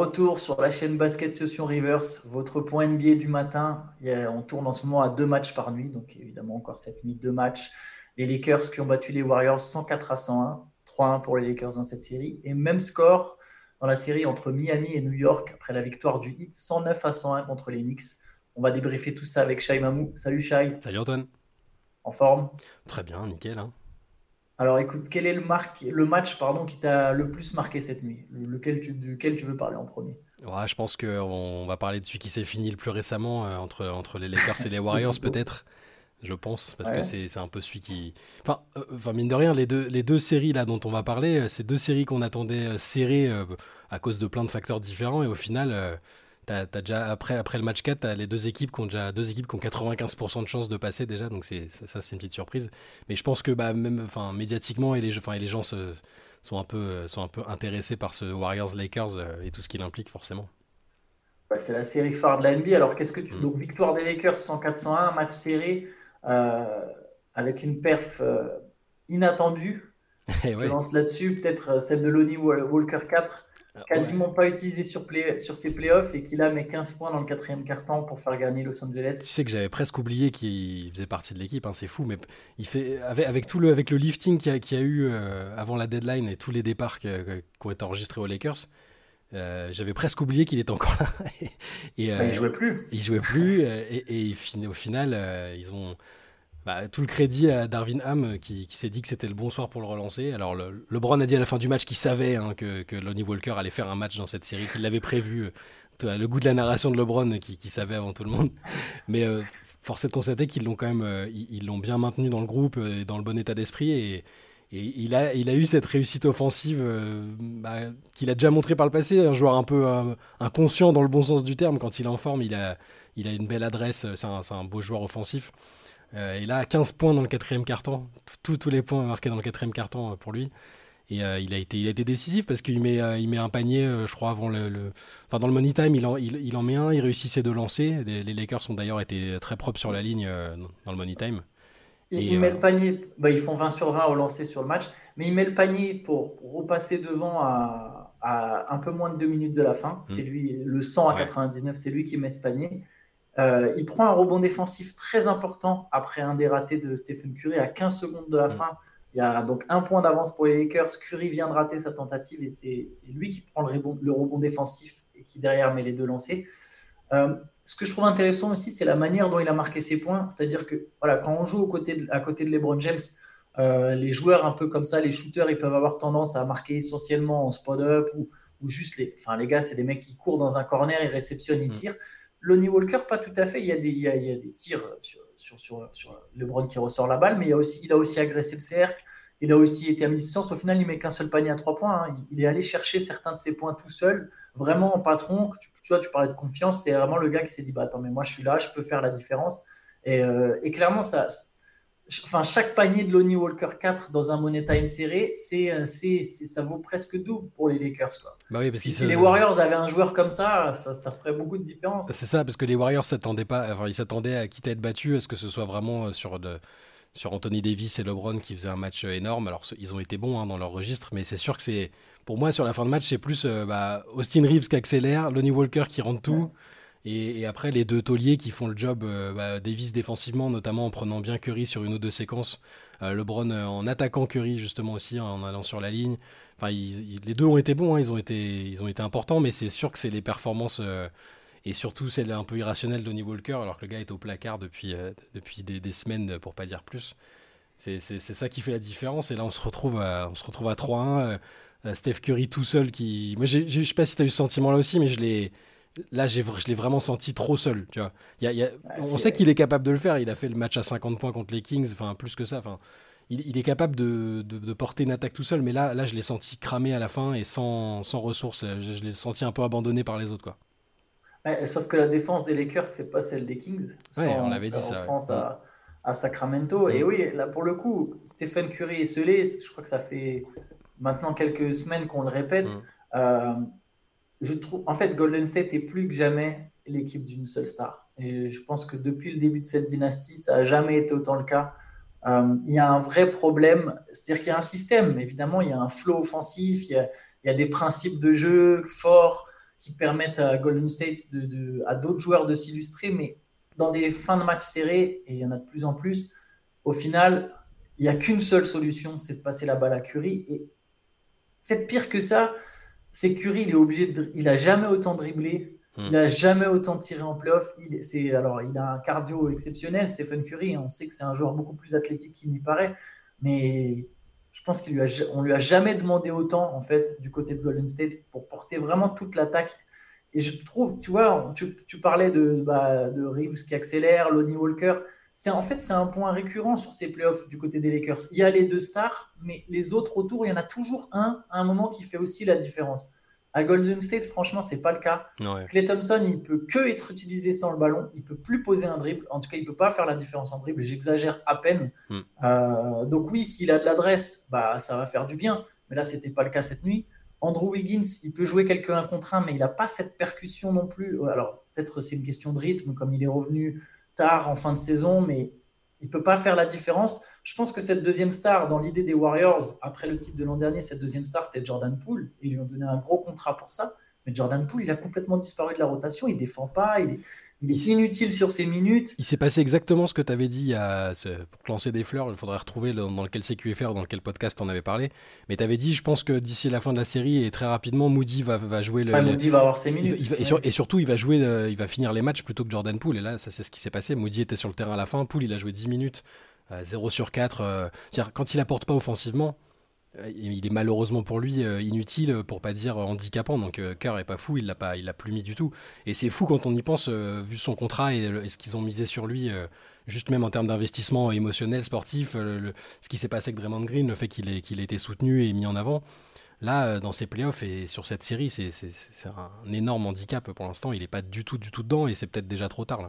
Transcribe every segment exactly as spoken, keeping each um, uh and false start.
retour sur la chaîne Basket Session Reverse, votre point N B A du matin. Il y a- on tourne en ce moment à deux matchs par nuit, donc évidemment encore cette nuit, deux matchs. Les Lakers qui ont battu les Warriors cent quatre à cent un, trois un pour les Lakers dans cette série. Et même score dans la série entre Miami et New York après la victoire du Heat cent neuf à cent un contre les Knicks. On va débriefer tout ça avec Shai Mamou. Salut Shai, Salut Antoine. en forme? Très bien, nickel, hein. Alors écoute, quel est le, marque- le match pardon, qui t'a le plus marqué cette nuit? Lequel tu, duquel tu veux parler en premier? Ouais, je pense qu'on va parler de celui qui s'est fini le plus récemment euh, entre, entre les Lakers et les Warriors Plutôt. peut-être, je pense, parce que Ouais. c'est c'est un peu celui qui... Enfin, euh, enfin, mine de rien, les deux, les deux séries là dont on va parler, euh, c'est deux séries qu'on attendait euh, serrées euh, à cause de plein de facteurs différents et au final, euh, t'as, t'as déjà, après, après le match quatre, t'as les deux équipes qui ont déjà deux équipes qui ont quatre-vingt-quinze pour cent de chances de passer déjà, donc c'est, ça, ça, c'est une petite surprise. Mais je pense que bah, même enfin, médiatiquement et les, enfin, et les gens se, sont, un peu, euh, sont un peu intéressés par ce Warriors-Lakers euh, et tout ce qu'il implique forcément. Ouais, c'est la série phare de la N B A. Alors, qu'est-ce que tu... Mm. Donc, victoire des Lakers cent quatre cent un, match serré euh, avec une perf euh, inattendue. Et Je te ouais. lance là-dessus. Peut-être euh, celle de Lonnie Wal- Walker quatre, Ah, ouais. quasiment pas utilisé sur, play... sur ses playoffs et qui là met quinze points dans le quatrième quart-temps pour faire gagner Los Tu Angeles. sais que j'avais presque oublié qu'il faisait partie de l'équipe, hein, c'est fou, mais il fait avec, avec tout le avec le lifting qu'il y a, qu'il y a eu euh, avant la deadline et tous les départs que- que- qui ont été enregistrés aux Lakers, euh, j'avais presque oublié qu'il était encore là et, Bah, il euh, jouait plus. il jouait plus euh, et, et il fin- au final euh, ils ont bah, tout le crédit à Darvin Ham euh, qui, qui s'est dit que c'était le bon soir pour le relancer. Alors le, LeBron a dit à la fin du match qu'il savait hein, que, que Lonnie Walker allait faire un match dans cette série, qu'il l'avait prévu. Euh, Le goût de la narration de LeBron qui, qui savait avant tout le monde. Mais euh, force est de constater qu'ils l'ont quand même, euh, ils ils l'ont bien maintenu dans le groupe euh, et dans le bon état d'esprit. Et, et il, a, il a eu cette réussite offensive euh, bah, qu'il a déjà montré par le passé. Un joueur un peu euh, inconscient dans le bon sens du terme. Quand il est en forme, il a, il a une belle adresse. C'est un, c'est un beau joueur offensif. Euh, et là, quinze points dans le quatrième carton. Tous tous les points marqués dans le quatrième carton euh, pour lui. Et euh, il, a été, il a été décisif parce qu'il met, euh, il met un panier, euh, je crois, avant le, le- Enfin, dans le money time, il en, il, il en met un, il réussit ses deux lancers. Les, les Lakers ont d'ailleurs été très propres sur la ligne euh, dans le money time. Il, Et il euh, met le panier, bah, ils font vingt sur vingt au lancer sur le match, mais il met le panier pour repasser devant à, à un peu moins de deux minutes de la fin. hmm, C'est lui, le cent à ouais. quatre-vingt-dix-neuf, c'est lui qui met ce panier. Euh, il prend un rebond défensif très important après un des ratés de Stephen Curry à quinze secondes de la Hmm, fin. Il y a donc un point d'avance pour les Lakers. Curry vient de rater sa tentative et c'est c'est lui qui prend le rebond, le rebond défensif et qui derrière met les deux lancers. Euh, ce que je trouve intéressant aussi, c'est la manière dont il a marqué ses points. C'est-à-dire que voilà, quand on joue aux côtés de- à côté de LeBron James, euh, les joueurs un peu comme ça, les shooters, ils peuvent avoir tendance à marquer essentiellement en spot-up ou, ou juste les. Enfin, les gars, c'est des mecs qui courent dans un corner, ils réceptionnent, ils hmm, tirent. Lonnie Walker, pas tout à fait. Il y a des, il y a, il y a des tirs sur, sur, sur, sur LeBron qui ressort la balle, mais il, y a aussi, il a aussi agressé le cercle. Il a aussi été à mi-distance. Au final, il met qu'un seul panier à trois points, hein. Il, il est allé chercher certains de ses points tout seul, vraiment en patron. Tu, tu vois, tu parlais de confiance. C'est vraiment le gars qui s'est dit bah, attends, mais moi, je suis là, je peux faire la différence. Et, euh, et clairement, ça, enfin, chaque panier de Lonnie Walker quatre dans un Money Time serré, c'est, c'est, c'est- ça vaut presque double pour les Lakers, quoi. bah oui, parce Si, qu'ils si les se- Warriors avaient un joueur comme ça, ça, ça ferait beaucoup de différence. c'est ça, parce que les Warriors s'attendaient pas, enfin, ils s'attendaient à quitte à être battus, à ce que ce soit vraiment euh, sur de, sur Anthony Davis et LeBron qui faisaient un match euh, énorme. Alors ils ont été bons hein, dans leur registre, mais c'est sûr que c'est pour moi sur la fin de match c'est plus euh, bah, Austin Reeves qui accélère, Lonnie Walker qui rentre tout, Ouais. et, et après les deux tauliers qui font le job. euh, bah, Davis défensivement notamment en prenant bien Curry sur une ou deux séquences, euh, LeBron euh, en attaquant Curry justement aussi en allant sur la ligne. Enfin ils- ils- les deux ont été bons, hein, ils ont été ils ont été importants, mais c'est sûr que c'est les performances. Euh, et surtout celle un peu irrationnelle d'Onnie Walker, alors que le gars est au placard depuis, euh, depuis des, des semaines, pour pas dire plus. C'est, c'est, c'est ça qui fait la différence. Et là, on se retrouve à, on se retrouve à trois un. euh, Steph Curry tout seul qui. Moi, j'ai, j'ai- je sais pas si tu as eu ce sentiment-là aussi, mais je l'ai. Là, j'ai, je l'ai vraiment senti trop seul. Tu vois. Il y a- il y a- Ouais, on sait qu'il c'est, est capable de le faire. Il a fait le match à cinquante points contre les Kings, enfin, plus que ça. Enfin, il, il est capable de, de- de porter une attaque tout seul. Mais là, là je l'ai senti cramé à la fin et sans, sans ressources. Je, je l'ai senti un peu abandonné par les autres, quoi. ouais, sauf que la défense des Lakers, c'est pas celle des Kings, Ouais, on sans l'avait dit faire ça, ouais. offense Mm, à, à Sacramento. Et mm, oui, là pour le coup, Stephen Curry est scellé. Je crois que ça fait maintenant quelques semaines qu'on le répète. mm. Euh, je trouve, en fait, Golden State est plus que jamais l'équipe d'une seule star. Et je pense que depuis le début de cette dynastie, ça n'a jamais été autant le cas. Euh, il y a un vrai problème, c'est-à-dire qu'il y a un système, évidemment, il y a un flow offensif, il y a, il y a des principes de jeu forts qui permettent à Golden State, de, de, à d'autres joueurs de s'illustrer, mais dans des fins de match serrées, et il y en a de plus en plus, au final, il n'y a qu'une seule solution, c'est de passer la balle à Curry. Et c'est pire que ça, c'est que Curry, il est obligé de, il a jamais autant dribblé, Hmm. il n'a jamais autant tiré en playoff. Il, c'est, alors, il a un cardio exceptionnel, Stephen Curry. On sait que c'est un joueur beaucoup plus athlétique qu'il n'y paraît, mais je pense qu'on lui a, on lui a jamais demandé autant en fait du côté de Golden State pour porter vraiment toute l'attaque. Et je trouve, tu vois, tu, tu parlais de, bah, de Reeves qui accélère, Lonnie Walker. C'est, en fait, c'est un point récurrent sur ces playoffs du côté des Lakers. Il y a les deux stars, mais les autres autour, il y en a toujours un à un moment qui fait aussi la différence. À Golden State, franchement, c'est pas le cas. Ouais. Klay Thompson, il peut que être utilisé sans le ballon. Il peut plus poser un dribble. En tout cas, il peut pas faire la différence en dribble. J'exagère à peine. Hmm. Euh, donc oui, s'il a de l'adresse, bah ça va faire du bien. Mais là, c'était pas le cas cette nuit. Andrew Wiggins, il peut jouer quelques un contre un, mais il n'a pas cette percussion non plus. Alors peut-être c'est une question de rythme, comme il est revenu tard en fin de saison, mais il ne peut pas faire la différence. Je pense que cette deuxième star, dans l'idée des Warriors, après le titre de l'an dernier, cette deuxième star, c'était Jordan Poole. Ils lui ont donné un gros contrat pour ça. Mais Jordan Poole, il a complètement disparu de la rotation. Il ne défend pas. Il est, il est Il, inutile sur ses minutes. il s'est passé exactement ce que tu avais dit à, pour te lancer des fleurs. Il faudrait retrouver le, dans lequel C Q F R, dans quel podcast on avait parlé. Mais tu avais dit, je pense que d'ici la fin de la série et très rapidement, Moody va, va jouer le. Ouais, le- Moody va avoir ses il minutes. va- il va- et, Ouais. sur- et surtout, il va jouer, euh, il va finir les matchs plutôt que Jordan Poole. Et là, ça, c'est ce qui s'est passé. Moody était sur le terrain à la fin. Poole, il a joué dix minutes, euh, zéro sur quatre. euh, c'est-à-dire, quand il apporte pas offensivement, euh, il est malheureusement pour lui euh, inutile, pour pas dire euh, handicapant. Donc euh, Kerr est pas fou, il l'a pas, il l'a plus mis du tout. Et c'est fou quand on y pense, euh, vu son contrat et, le- et ce qu'ils ont misé sur lui, euh, juste même en termes d'investissement émotionnel, sportif, euh, le- ce qui s'est passé avec Draymond Green, le fait qu'il ait, qu'il ait été soutenu et mis en avant. Là, euh, dans ces playoffs et sur cette série, c'est, c'est, c'est un énorme handicap pour l'instant. Il est pas du tout, du tout dedans et c'est peut-être déjà trop tard là.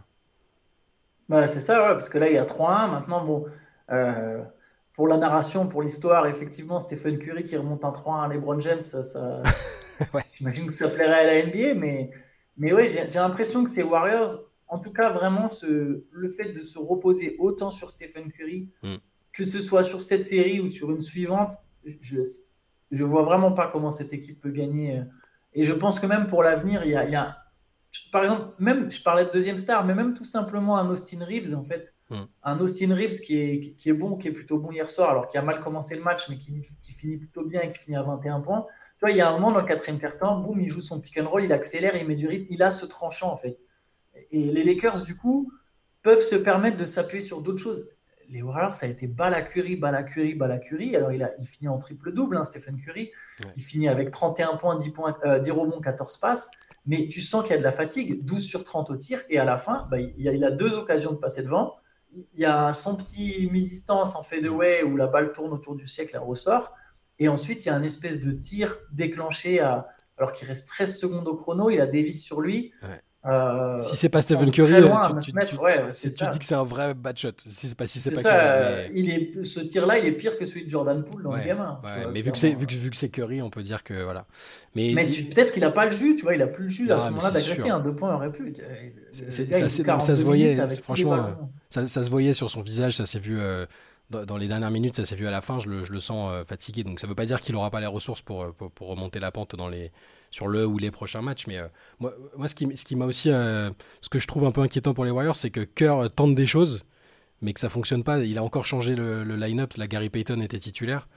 Ouais, c'est ça, ouais, parce que là, il y a trois un. Maintenant, bon, euh, pour la narration, pour l'histoire, effectivement, Stephen Curry qui remonte un trois un à LeBron James, ça, ça- Ouais. j'imagine que ça plairait à la N B A, mais, mais ouais, j'ai j'ai l'impression que ces Warriors, en tout cas, vraiment, ce, le fait de se reposer autant sur Stephen Curry, Mm. que ce soit sur cette série ou sur une suivante, je je vois vraiment pas comment cette équipe peut gagner. Et je pense que même pour l'avenir, il y a, il y a- par exemple, même, je parlais de deuxième star, mais même tout simplement un Austin Reeves, en fait. Mm. Un Austin Reeves qui est, qui est bon, qui est plutôt bon hier soir, alors qui a mal commencé le match, mais qui, qui finit plutôt bien et qui finit à vingt et un points. Tu vois, il y a un moment dans le quatrième quart-temps, boum, il joue son pick and roll, il accélère, il met du rythme, il a ce tranchant, en fait. Et les Lakers, du coup, peuvent se permettre de s'appuyer sur d'autres choses. Les Warriors, ça a été balle à Curry, balle à Curry, balle à Curry. Alors, il, a, il finit en triple-double, hein, Stephen Curry. Ouais. Il finit avec trente et un points, dix, points euh, dix rebonds, quatorze passes. Mais tu sens qu'il y a de la fatigue, douze sur trente au tir. Et à la fin, bah, il, a, il a deux occasions de passer devant. Il y a son petit mi-distance en fadeaway où la balle tourne autour du cercle, elle ressort. Et ensuite, il y a un espèce de tir déclenché à, alors qu'il reste treize secondes au chrono. Il a Davis sur lui. Ouais. Euh, Si c'est pas Stephen en Curry, très loin, tu, à neuf tu, mètres, tu- ouais, tu- ouais, c'est tu ça. dis que c'est un vrai bad shot. Si c'est pas, si c'est C'est pas ça, Curry, euh, mais. il est, ce tir-là, il est pire que celui de Jordan Poole dans le Ouais, gamin. Tu ouais, vois, mais vu que c'est clairement. vu que, vu que c'est Curry, on peut dire que voilà. Mais Mais tu- peut-être qu'il n'a pas le jus, tu vois, il n'a plus le jus à non, ce mais moment-là c'est d'agresser. sûr. Un deux points aurait pu. Le, C'est- le c'est- gars, ça, il c'est- joue non, ça se quarante-deux minutes voyait, avec c'est- tous les franchement, euh, ballons. ça, ça se voyait sur son visage, ça s'est vu euh, dans, dans les dernières minutes, ça s'est vu à la fin, je le, je le sens euh, fatigué. Donc ça veut pas dire qu'il aura pas les ressources pour, euh, pour, pour remonter la pente dans les, sur le ou les prochains matchs. Mais euh, moi, moi, ce qui, ce qui m'a aussi, euh, ce que je trouve un peu inquiétant pour les Warriors, c'est que Kerr tente des choses, mais que ça fonctionne pas. Il a encore changé le, le line-up. La Gary Payton était titulaire.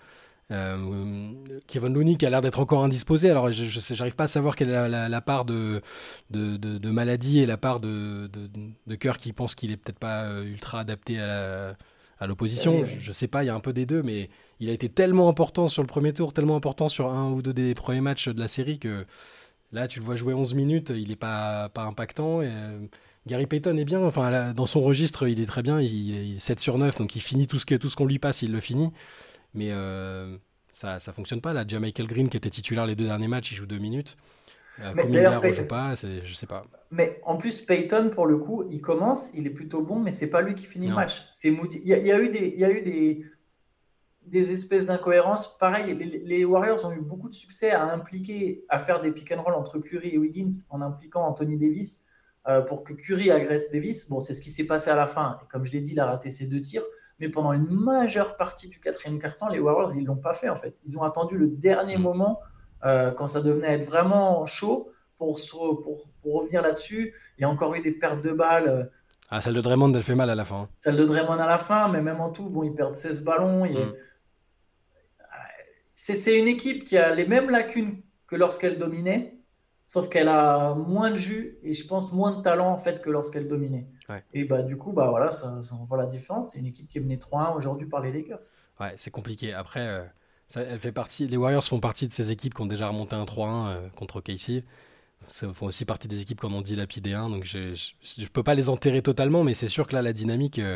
Euh, Kevin Looney qui a l'air d'être encore indisposé. Alors je, je sais, j'arrive pas à savoir quelle est la, la, la part de, de, de, de maladie et la part de, de, de Kerr qui pense qu'il est peut-être pas euh, ultra adapté à, la, à l'opposition. Ouais, ouais. Je, je sais pas, il y a un peu des deux, mais il a été tellement important sur le premier tour, tellement important sur un ou deux des premiers matchs de la série que là tu le vois jouer onze minutes, il est pas, pas impactant. Et, euh, Gary Payton est bien, enfin là, dans son registre il est très bien, il, il est sept sur neuf, donc il finit tout ce, que, tout ce qu'on lui passe, il le finit. Mais euh, ça ça fonctionne pas. Là, déjà Michael Green qui était titulaire les deux derniers matchs, il joue deux minutes. Euh, Mais Kuminga d'ailleurs, Pay- rejoue pas, c'est, je sais pas. mais en plus, Payton, pour le coup, il commence, il est plutôt bon, mais c'est pas lui qui finit le Non. match. C'est Moody. Il y a, il y a eu des, il y a eu des, des espèces d'incohérences. Pareil, les, les Warriors ont eu beaucoup de succès à impliquer, à faire des pick and roll entre Curry et Wiggins en impliquant Anthony Davis euh, pour que Curry agresse Davis. Bon, c'est ce qui s'est passé à la fin. Et comme je l'ai dit, il a raté ses deux tirs. Mais pendant une majeure partie du quatrième quart-temps, les Warriors, ils l'ont pas fait en fait. Ils ont attendu le dernier Mm. moment, euh, quand ça devenait être vraiment chaud, pour, pour, pour revenir là-dessus, il y a encore eu des pertes de balles. Ah, celle de Draymond, elle fait mal à la fin. Celle de Draymond à la fin, mais même en tout, bon, ils perdent seize ballons. Il y a- Mm. C'est c'est une équipe qui a les mêmes lacunes que lorsqu'elle dominait, sauf qu'elle a moins de jus et je pense moins de talent en fait que lorsqu'elle dominait. Ouais. Et bah du coup, bah voilà, ça, ça, on voit la différence. C'est une équipe qui est menée trois un aujourd'hui par les Lakers. Ouais, c'est compliqué. Après, euh, ça, elle fait partie, les Warriors font partie de ces équipes qui ont déjà remonté un trois un euh, contre O K C. Ça font aussi partie des équipes qui en ont dilapidé un. Donc je, je, je peux pas les enterrer totalement, mais c'est sûr que là, la dynamique, euh,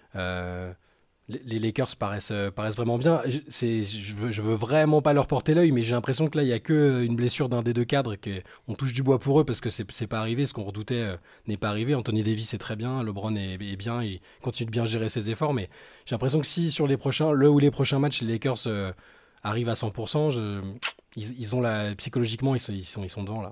euh, les, les Lakers paraissent, euh, paraissent vraiment bien. Je, c'est, je, veux, je veux vraiment pas leur porter l'œil, mais j'ai l'impression que là, il y a que une blessure d'un des deux cadres. Que, on touche du bois pour eux parce que c'est, c'est pas arrivé. Ce qu'on redoutait euh, n'est pas arrivé. Anthony Davis est très bien, LeBron est, est bien, il continue de bien gérer ses efforts, mais j'ai l'impression que si sur les prochains, le ou les prochains matchs, les Lakers euh, arrivent à cent pour cent, je, ils, ils ont la, psychologiquement, ils sont, ils sont, ils sont devant là.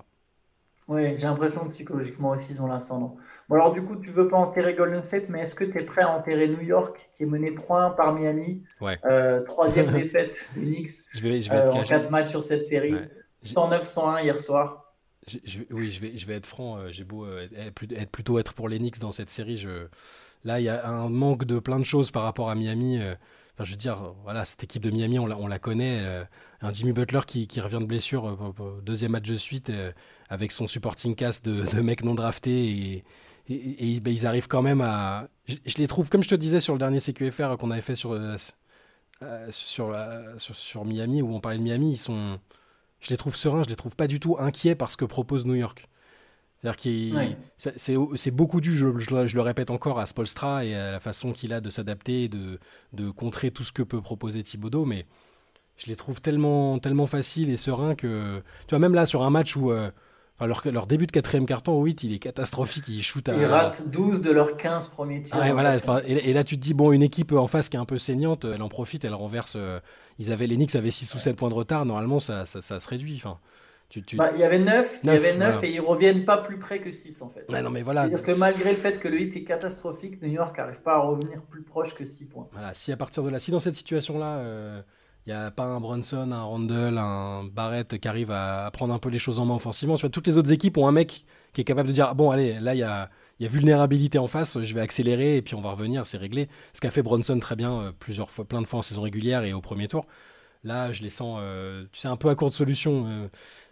Oui, j'ai l'impression que psychologiquement aussi ils ont l'ascendant. Bon alors du coup, tu veux pas enterrer Golden State, mais est-ce que tu es prêt à enterrer New York qui est mené trois un par Miami, Ouais. euh, troisième défaite des Knicks je vais, je vais euh, être en cash. quatre matchs sur cette série, Ouais. cent neuf cent un hier soir. Je, je, oui, je vais, je vais être franc. euh, J'ai beau euh, être, être plutôt être pour les Knicks dans cette série. Je, là, il y a un manque de plein de choses par rapport à Miami. euh, Enfin, je veux dire, euh, voilà, cette équipe de Miami, on la, on la connaît. euh, un Jimmy Butler qui, qui revient de blessure euh, pour- pour deuxième match de suite euh, avec son supporting cast de, de mecs non draftés et, et, et, ben, ils arrivent quand même à. Je, je les trouve, comme je te disais sur le dernier C Q F R qu'on avait fait sur, euh, euh, sur, euh, sur, sur Miami, où on parlait de Miami, ils sont. Je les trouve sereins, je les trouve pas du tout inquiets par ce que propose New York. C'est-à-dire qu'il, Oui. c'est, c'est, c'est beaucoup dû, je, je le je le répète encore, à Spoelstra et à la façon qu'il a de s'adapter et de, de contrer tout ce que peut proposer Thibodeau, mais je les trouve tellement, tellement faciles et sereins que. Tu vois, même là, sur un match où. euh, enfin, leur, leur début de quatrième carton au huit, il est catastrophique, ils shootent Ils à. ratent douze de leurs quinze premiers Ah tirs ouais, dans le voilà, quatrième enfin, quart. et, et là tu te dis, bon, une équipe en face qui est un peu saignante, elle en profite, elle renverse. euh, ils avaient, les Knicks avaient six ou sept points de retard, normalement ça, ça, ça se réduit. Enfin, tu, tu, Bah, il y avait neuf, il y neuf, avait neuf voilà. et ils reviennent pas plus près que six en fait. Ouais, non, mais voilà, C'est-à-dire que malgré le fait que le hit est catastrophique, New York n'arrive pas à revenir plus proche que six points. voilà, si à partir de là, si dans cette situation-là, euh, il n'y a pas un Brunson, un Randle, un Barrett qui arrive à, à prendre un peu les choses en main offensivement, tu vois, toutes les autres équipes ont un mec qui est capable de dire, ah, bon, allez, là, il y a, il y a vulnérabilité en face, je vais accélérer et puis on va revenir, c'est réglé. Ce qu'a fait Brunson très bien euh, plusieurs fois, plein de fois en saison régulière et au premier tour. Là, je les sens, euh, tu sais, un peu à court de solution. euh,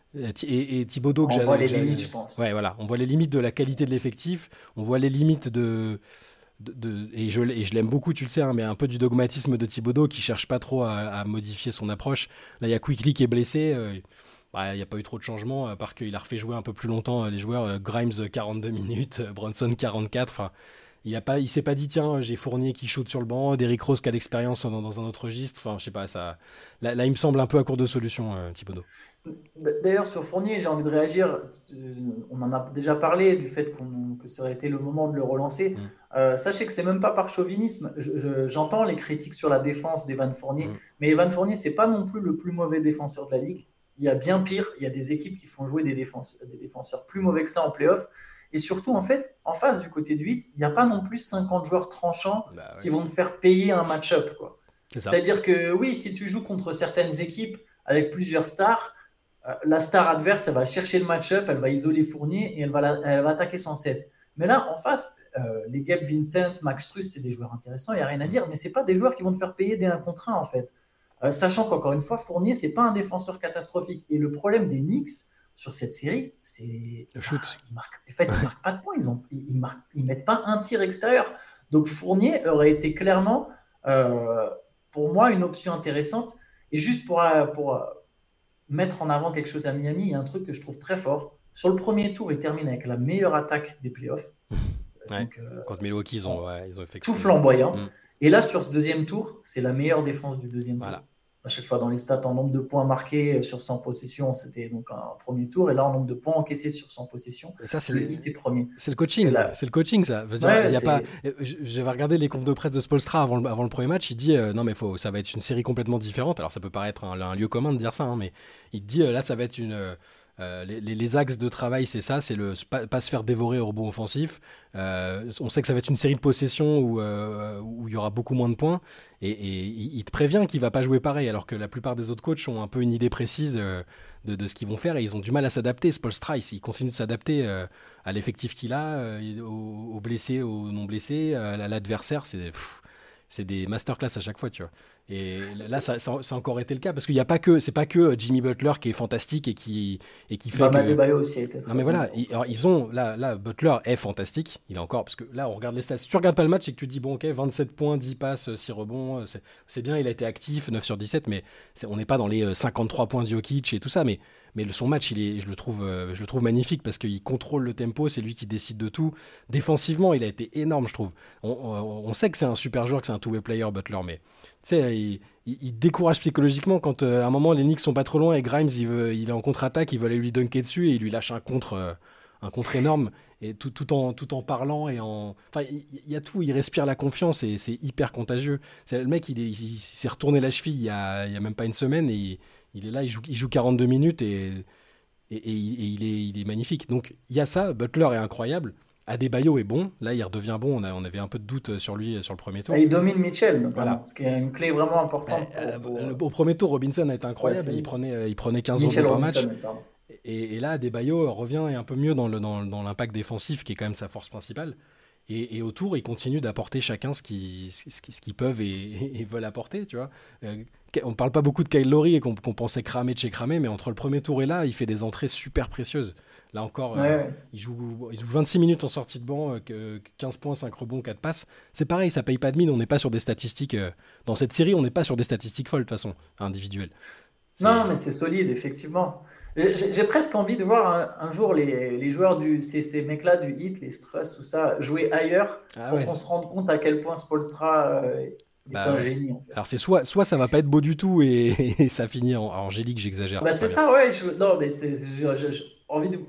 et, et Thibodeau que On voit j'avais, les que j'avais- limites, je pense. ouais, voilà, on voit les limites de la qualité de l'effectif, on voit les limites de, de, de- et je, et je l'aime beaucoup, tu le sais, hein, mais un peu du dogmatisme de Thibodeau qui cherche pas trop à, à modifier son approche. Là, il y a Quickly qui est blessé. euh, bah, il n'y a pas eu trop de changements, à part qu'il a refait jouer un peu plus longtemps euh, les joueurs. euh, Grimes euh, quarante-deux minutes, euh, Bronson quarante-quatre. Enfin, il a pas, il s'est pas dit tiens, j'ai Fournier qui shoot sur le banc, Derrick Rose qui a l'expérience dans, dans un autre registre. Enfin, je sais pas, ça. Là, là, il me semble un peu à court de solution, euh, Thibodeau. D'ailleurs, sur Fournier, j'ai envie de réagir. Euh, On en a déjà parlé du fait qu'on- que ça aurait été le moment de le relancer. Mm, Euh, sachez que c'est même pas par chauvinisme. Je- je- J'entends les critiques sur la défense d'Evan Fournier, mm. mais Evan Fournier, c'est pas non plus le plus mauvais défenseur de la ligue. Il y a bien pire. Il y a des équipes qui font jouer des, défense- des défenseurs plus mauvais que ça en playoff. Et surtout, en fait, en face du côté du huit, il n'y a pas non plus cinquante joueurs tranchants Bah qui ouais, vont te faire payer un match-up, quoi. c'est ça. C'est-à-dire que oui, si tu joues contre certaines équipes avec plusieurs stars, euh, la star adverse, elle va chercher le match-up, elle va isoler Fournier et elle va, la- elle va attaquer sans cesse. Mais là, en face, euh, les Gabe Vincent, Max Strus, c'est des joueurs intéressants, il n'y a rien à Mm. dire, mais ce pas des joueurs qui vont te faire payer des un contre un, en fait. Euh, sachant qu'encore une fois, Fournier, c'est pas un défenseur catastrophique. Et le problème des Knicks sur cette série, c'est Le bah, shoot. ils marquent, en fait, ils marquent pas de points, ils, ont, ils, ils marquent, ils mettent pas un tir extérieur. Donc Fournier aurait été clairement, euh, pour moi, une option intéressante. Et juste pour, euh, pour euh, mettre en avant quelque chose à Miami, il y a un truc que je trouve très fort. Sur le premier tour, il termine avec la meilleure attaque des playoffs. Ouais. Donc, euh, Contre Milwaukee, ils ont, en- ouais, ils ont fait tout exploser. flamboyant. Mm. Et là, sur ce deuxième tour, c'est la meilleure défense du deuxième tour. Voilà. À chaque fois, dans les stats, en nombre de points marqués sur cent possessions, c'était donc un premier tour. Et là, en nombre de points encaissés sur cent possessions, Et ça, c'est le les- hit est premier. c'est le C'est coaching. la... C'est le coaching, ça. Je veux dire, Ouais, il y a c'est- pas. je- J'avais regardé les confs de presse de Spolstra avant le, avant le premier match. Il dit euh, non, mais faut, ça va être une série complètement différente. Alors, ça peut paraître un, un lieu commun de dire ça, hein, mais il dit euh, là, ça va être une. euh, Euh, les, les- les axes de travail, c'est ça, c'est le pas, pas se faire dévorer au rebond offensif. Euh, on sait que ça va être une série de possessions où euh, où il y aura beaucoup moins de points, et, et il il te prévient qu'il va pas jouer pareil, alors que la plupart des autres coachs ont un peu une idée précise euh, de, de ce qu'ils vont faire, et ils ont du mal à s'adapter. Spoelstra, il, il continue de s'adapter euh, à l'effectif qu'il a, euh, aux, aux blessés, aux non blessés, à l'adversaire. C'est pff, c'est des masterclass à chaque fois, tu vois. Et là, ça, ça, ça a encore été le cas parce qu'il n'y a pas que, c'est pas que Jimmy Butler qui est fantastique et qui, et qui fait Bam que. Adebayo aussi a été Non très mais bon voilà, pour ils, le alors, coup. ils ont là, là, Butler est fantastique, il est encore parce que là on regarde les stats. Si tu regardes pas le match et que tu te dis bon ok vingt-sept points, dix passes, six rebonds, euh, c'est, c'est bien, il a été actif, neuf sur dix-sept, mais c'est- on n'est pas dans les euh, cinquante-trois points de Jokic et tout ça, mais mais le- son match, il est, je le trouve, euh, je le trouve magnifique parce qu'il contrôle le tempo, c'est lui qui décide de tout. Défensivement, il a été énorme, je trouve. On, on- on sait que c'est un super joueur, que c'est un two-way player, Butler, mais tu sais, il, il- il décourage psychologiquement quand euh, à un moment les Knicks sont pas trop loin et Grimes il, veut, il est en contre-attaque, il veut aller lui dunker dessus et il lui lâche un contre, euh, un contre énorme et tout, tout en, tout en parlant et en. Enfin, il, il y a tout, il respire la confiance et c'est hyper contagieux. C'est, le mec, il, est- il s'est retourné la cheville il y a, il y a même pas une semaine et il, il est là, il joue, il joue quarante-deux minutes et, et, et il, et il est, il est magnifique. Donc il y a ça, Butler est incroyable. Adebayo est bon, là il redevient bon, on, a- on avait un peu de doute sur lui euh, sur le premier Et tour. il domine Mitchell Voilà. notamment, ce qui est une clé vraiment Euh, importante pour, pour, euh, euh, au premier tour, Robinson a été pour la incroyable, il série. prenait, euh, il prenait quinze rebonds Mitchell par Robinson, match. oui, pardon. Et, et là, Adebayo revient et un peu mieux dans, le, dans, dans l'impact défensif, qui est quand même sa force principale. Et, et autour, ils continuent d'apporter chacun ce qu'ils, ce qu'ils, ce qu'ils peuvent et, et- et veulent apporter, tu vois. Euh, on ne parle pas beaucoup de Kyle Lowry et qu'on, qu'on pensait cramer de chez cramer, mais entre le premier tour et là, il fait des entrées super précieuses. Là encore, Ouais, euh, ouais. il, joue, il joue vingt-six minutes en sortie de banc, euh, que- quinze points, cinq rebonds, quatre passes. C'est pareil, ça paye pas de mine, on n'est pas sur des statistiques... euh, dans cette série, on n'est pas sur des statistiques folles, de toute façon, individuelles. Non, C'est... mais c'est solide, effectivement. J'ai j'ai- j'ai presque envie de voir un, un jour les, les joueurs du, ces, ces mecs-là du Heat, les Struss, tout ça, jouer ailleurs Ah pour ouais, qu'on se rende compte à quel point Spoelstra euh, est bah un ouais. génie, en fait. Alors c'est soit, soit ça va pas être beau du tout et, et ça finit en, en angélique, j'exagère, Bah, c'est pas c'est bien. ça, ouais. Je, non, mais c'est, c'est- j'ai j'ai- j'ai envie de,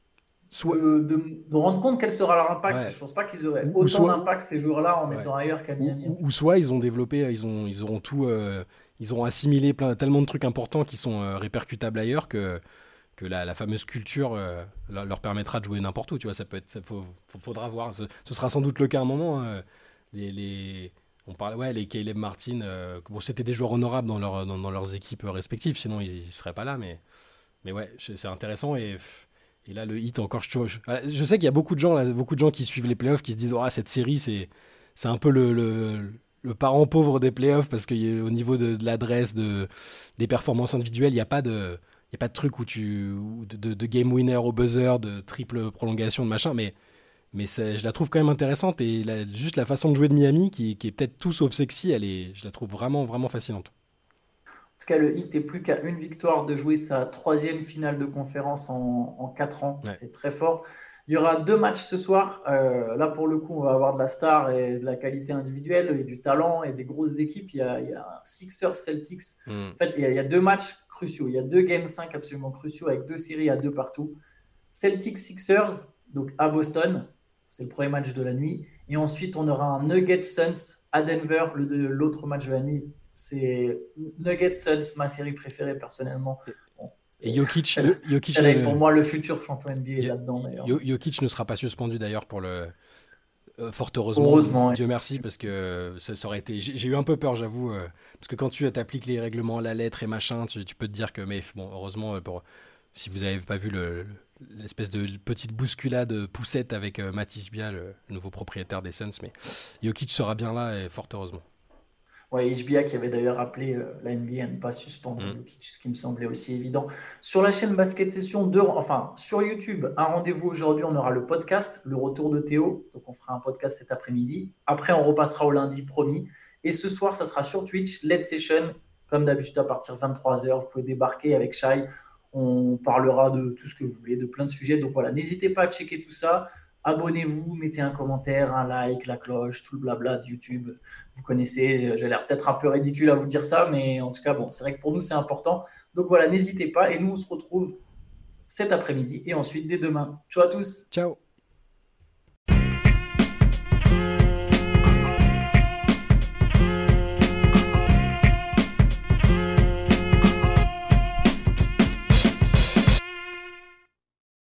Soit, de, de, de rendre compte quel sera leur impact. ouais, Je pense pas qu'ils auraient ou, ou autant soit, ou, d'impact ces joueurs-là en ouais. étant ailleurs qu'à Ou, Miami, en ou- fait. ou soit ils ont développé, ils ont, ils auront tout, euh, ils auront assimilé plein, tellement de trucs importants qui sont euh, répercutables ailleurs que, que la, la fameuse culture euh, leur, leur permettra de jouer n'importe où. Tu vois, ça peut être, ça faut- faut- faudra voir. Ce, ce sera sans doute le cas à un moment, hein. Les, les- on parle, ouais, les Caleb Martin, euh, bon, c'était des joueurs honorables dans, leur, dans, dans leurs équipes respectives, sinon ils, ne seraient pas là, mais. Mais ouais, je- c'est intéressant et, et là le hit encore. Je, je, je sais qu'il y a beaucoup de gens là, beaucoup de gens qui suivent les playoffs qui se disent oh, cette série c'est c'est un peu le, le, le parent pauvre des playoffs parce qu'au niveau de, de l'adresse de des performances individuelles il n'y a pas de il y a pas de truc où tu où de, de, de game winner au buzzer, de triple prolongation de machin, mais mais je la trouve quand même intéressante et la, juste la façon de jouer de Miami qui, qui est peut-être tout sauf sexy, elle est je la trouve vraiment vraiment fascinante. En tout cas, le Heat est plus qu'à une victoire de jouer sa troisième finale de conférence en, en quatre ans. Ouais. C'est très fort. Il y aura deux matchs ce soir. Euh, là, pour le coup, on va avoir de la star et de la qualité individuelle et du talent et des grosses équipes. Il y a, il y a Sixers Celtics. Mm. En fait, il y, a, il y a deux matchs cruciaux. Il y a deux Game cinq absolument cruciaux avec deux séries à deux partout. Celtics Sixers, donc à Boston. C'est le premier match de la nuit. Et ensuite, on aura un Nuggets Suns à Denver, le- l'autre match de la nuit. C'est Nuggets Suns, ma série préférée personnellement. Bon, Et Jokic, celle- Jokic, celle-là est ne, pour moi le futur champion N B A Yo- là-dedans d'ailleurs. Yo- Jokic ne sera pas suspendu d'ailleurs pour le, Euh, fort heureusement, Heureusement, ouais. Dieu merci, parce que ça, ça aurait été. J'ai j'ai eu un peu peur, j'avoue, euh, parce que quand tu appliques les règlements à la lettre et machin, tu, tu peux te dire que, mais bon, heureusement, euh, pour, si vous n'avez pas vu le- l'espèce de petite bousculade poussette avec euh, Matisse Bia, le, le nouveau propriétaire des Suns, mais Jokic sera bien là et fort heureusement. Ouais, H B A qui avait d'ailleurs appelé euh, la N B A à ne pas suspendre Mm. Jokic, ce qui me semblait aussi évident. Sur la chaîne Basket Session, deux, enfin sur YouTube, un rendez-vous aujourd'hui, on aura le podcast, le retour de Théo. Donc on fera un podcast cet après-midi. Après, on repassera au lundi, promis. Et ce soir, ça sera sur Twitch, Let's Session, comme d'habitude à partir de vingt-trois heures. Vous pouvez débarquer avec Shai. On parlera de tout ce que vous voulez, de plein de sujets. Donc voilà, n'hésitez pas à checker tout ça. Abonnez-vous, mettez un commentaire, un like, la cloche, tout le blabla de YouTube. Vous connaissez, j'ai l'air peut-être un peu ridicule à vous dire ça, mais en tout cas, bon, c'est vrai que pour nous, c'est important. Donc voilà, n'hésitez pas. Et nous, on se retrouve cet après-midi et ensuite dès demain. Ciao à tous. Ciao!